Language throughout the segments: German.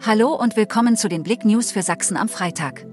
Hallo und willkommen zu den Blick News für Sachsen am Freitag.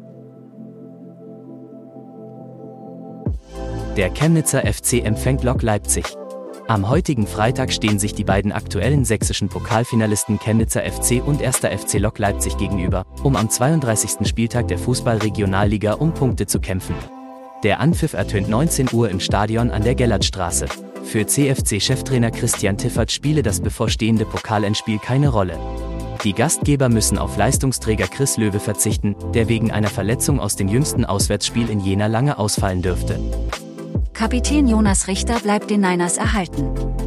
Der Chemnitzer FC empfängt Lok Leipzig. Am heutigen Freitag stehen sich die beiden aktuellen sächsischen Pokalfinalisten Chemnitzer FC und 1. FC Lok Leipzig gegenüber, um am 32. Spieltag der Fußball-Regionalliga um Punkte zu kämpfen. Der Anpfiff ertönt 19 Uhr im Stadion an der Gellertstraße. Für CFC-Cheftrainer Christian Tiffert spiele das bevorstehende Pokalendspiel keine Rolle. Die Gastgeber müssen auf Leistungsträger Chris Löwe verzichten, der wegen einer Verletzung aus dem jüngsten Auswärtsspiel in Jena lange ausfallen dürfte. Kapitän Jonas Richter bleibt den Niners erhalten.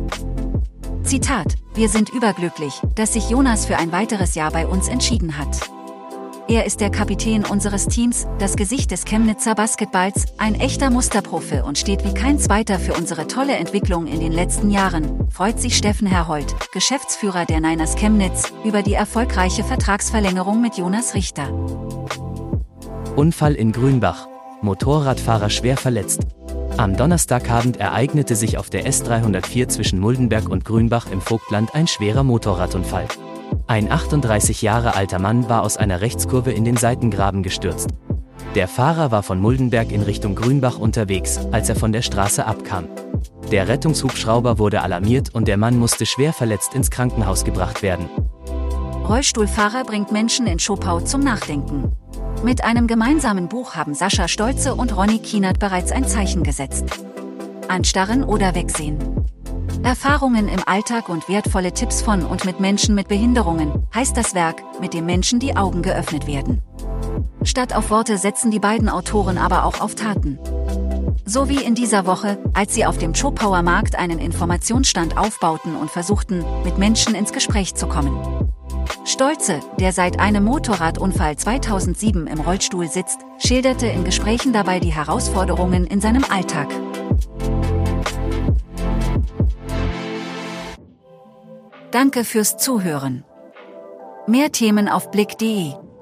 Zitat: Wir sind überglücklich, dass sich Jonas für ein weiteres Jahr bei uns entschieden hat. Er ist der Kapitän unseres Teams, das Gesicht des Chemnitzer Basketballs, ein echter Musterprofi und steht wie kein zweiter für unsere tolle Entwicklung in den letzten Jahren, freut sich Steffen Herhold, Geschäftsführer der Niners Chemnitz, über die erfolgreiche Vertragsverlängerung mit Jonas Richter. Unfall in Grünbach. Motorradfahrer schwer verletzt. Am Donnerstagabend ereignete sich auf der S304 zwischen Muldenberg und Grünbach im Vogtland ein schwerer Motorradunfall. Ein 38 Jahre alter Mann war aus einer Rechtskurve in den Seitengraben gestürzt. Der Fahrer war von Muldenberg in Richtung Grünbach unterwegs, als er von der Straße abkam. Der Rettungshubschrauber wurde alarmiert und der Mann musste schwer verletzt ins Krankenhaus gebracht werden. Rollstuhlfahrer bringt Menschen in Schopau zum Nachdenken. Mit einem gemeinsamen Buch haben Sascha Stolze und Ronny Kienert bereits ein Zeichen gesetzt. Anstarren oder wegsehen. Erfahrungen im Alltag und wertvolle Tipps von und mit Menschen mit Behinderungen, heißt das Werk, mit dem Menschen die Augen geöffnet werden. Statt auf Worte setzen die beiden Autoren aber auch auf Taten. So wie in dieser Woche, als sie auf dem Schopauer Markt einen Informationsstand aufbauten und versuchten, mit Menschen ins Gespräch zu kommen. Stolze, der seit einem Motorradunfall 2007 im Rollstuhl sitzt, schilderte in Gesprächen dabei die Herausforderungen in seinem Alltag. Danke fürs Zuhören. Mehr Themen auf blick.de